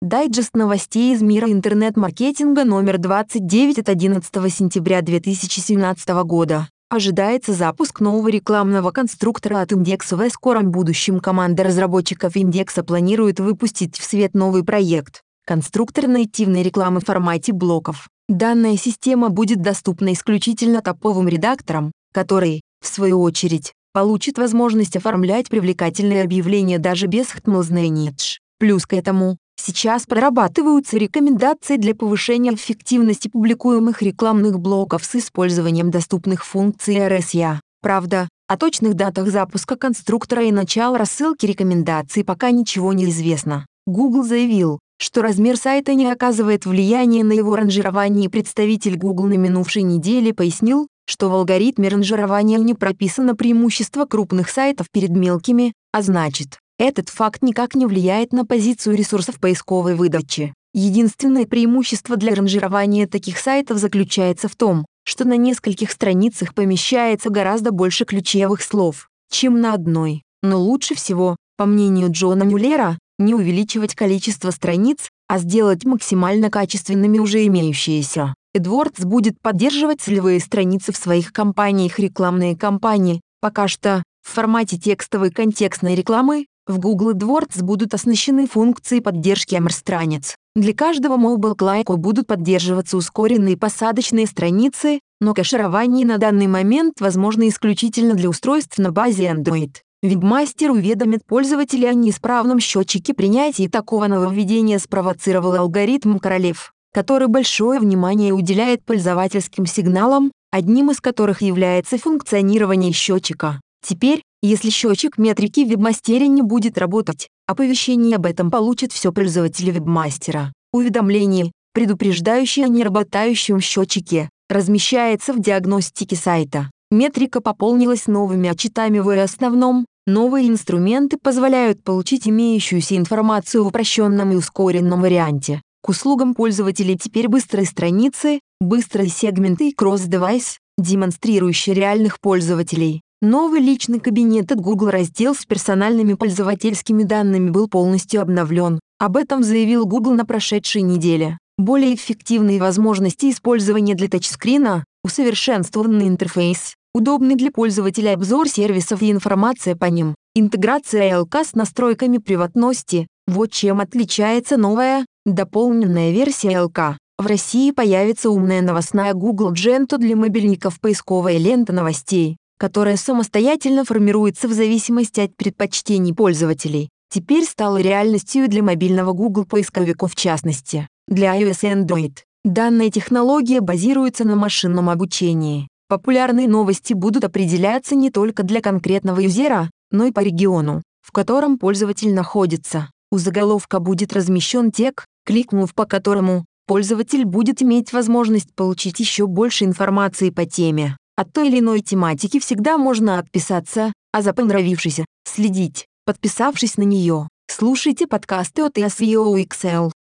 Дайджест новостей из мира интернет-маркетинга номер 29 от 11 сентября 2017 года. Ожидается запуск нового рекламного конструктора от Индекса. В скором будущем команда разработчиков Индекса планирует выпустить в свет новый проект – конструктор нативной рекламы в формате блоков. Данная система будет доступна исключительно топовым редакторам, которые, в свою очередь, получат возможность оформлять привлекательные объявления даже без HTML. Плюс к этому, сейчас прорабатываются рекомендации для повышения эффективности публикуемых рекламных блоков с использованием доступных функций RSA. Правда, о точных датах запуска конструктора и начала рассылки рекомендаций пока ничего не известно. Google заявил, что размер сайта не оказывает влияния на его ранжирование, и представитель Google на минувшей неделе пояснил, что в алгоритме ранжирования не прописано преимущество крупных сайтов перед мелкими, а значит, этот факт никак не влияет на позицию ресурсов поисковой выдачи. Единственное преимущество для ранжирования таких сайтов заключается в том, что на нескольких страницах помещается гораздо больше ключевых слов, чем на одной. Но лучше всего, по мнению Джона Мюллера, не увеличивать количество страниц, а сделать максимально качественными уже имеющиеся. AdWords будет поддерживать целевые страницы в своих кампаниях. Рекламные кампании, пока что, в формате текстовой контекстной рекламы, в Google AdWords будут оснащены функцией поддержки AMR-страниц. Для каждого mobile клайка будут поддерживаться ускоренные посадочные страницы, но кэширование на данный момент возможно исключительно для устройств на базе Android. Webmaster уведомит пользователей о неисправном счетчике. Принятие такого нововведения спровоцировал алгоритм Королев, который большое внимание уделяет пользовательским сигналам, одним из которых является функционирование счетчика. Теперь, если счетчик метрики в Webmaster не будет работать, оповещение об этом получат все пользователи Webmaster. Уведомление, предупреждающее о неработающем счетчике, размещается в диагностике сайта. Метрика пополнилась новыми отчетами в основном. Новые инструменты позволяют получить имеющуюся информацию в упрощенном и ускоренном варианте. К услугам пользователей теперь быстрые страницы, быстрые сегменты и кросс-девайс, демонстрирующие реальных пользователей. Новый личный кабинет от Google раздел с персональными пользовательскими данными был полностью обновлен. Об этом заявил Google на прошедшей неделе. Более эффективные возможности использования для тачскрина, усовершенствованный интерфейс, удобный для пользователя обзор сервисов и информация по ним, интеграция ALK с настройками приватности – вот чем отличается новая, дополненная версия ALK. В России появится умная новостная Google Gento для мобильников, поисковая лента новостей, которая самостоятельно формируется в зависимости от предпочтений пользователей. Теперь стала реальностью для мобильного Google поисковиков, в частности, для iOS и Android. Данная технология базируется на машинном обучении. Популярные новости будут определяться не только для конкретного юзера, но и по региону, в котором пользователь находится. У заголовка будет размещен тег, кликнув по которому, пользователь будет иметь возможность получить еще больше информации по теме. От той или иной тематики всегда можно отписаться, а за понравившейся следить, подписавшись на нее. Слушайте подкасты от SEO XL.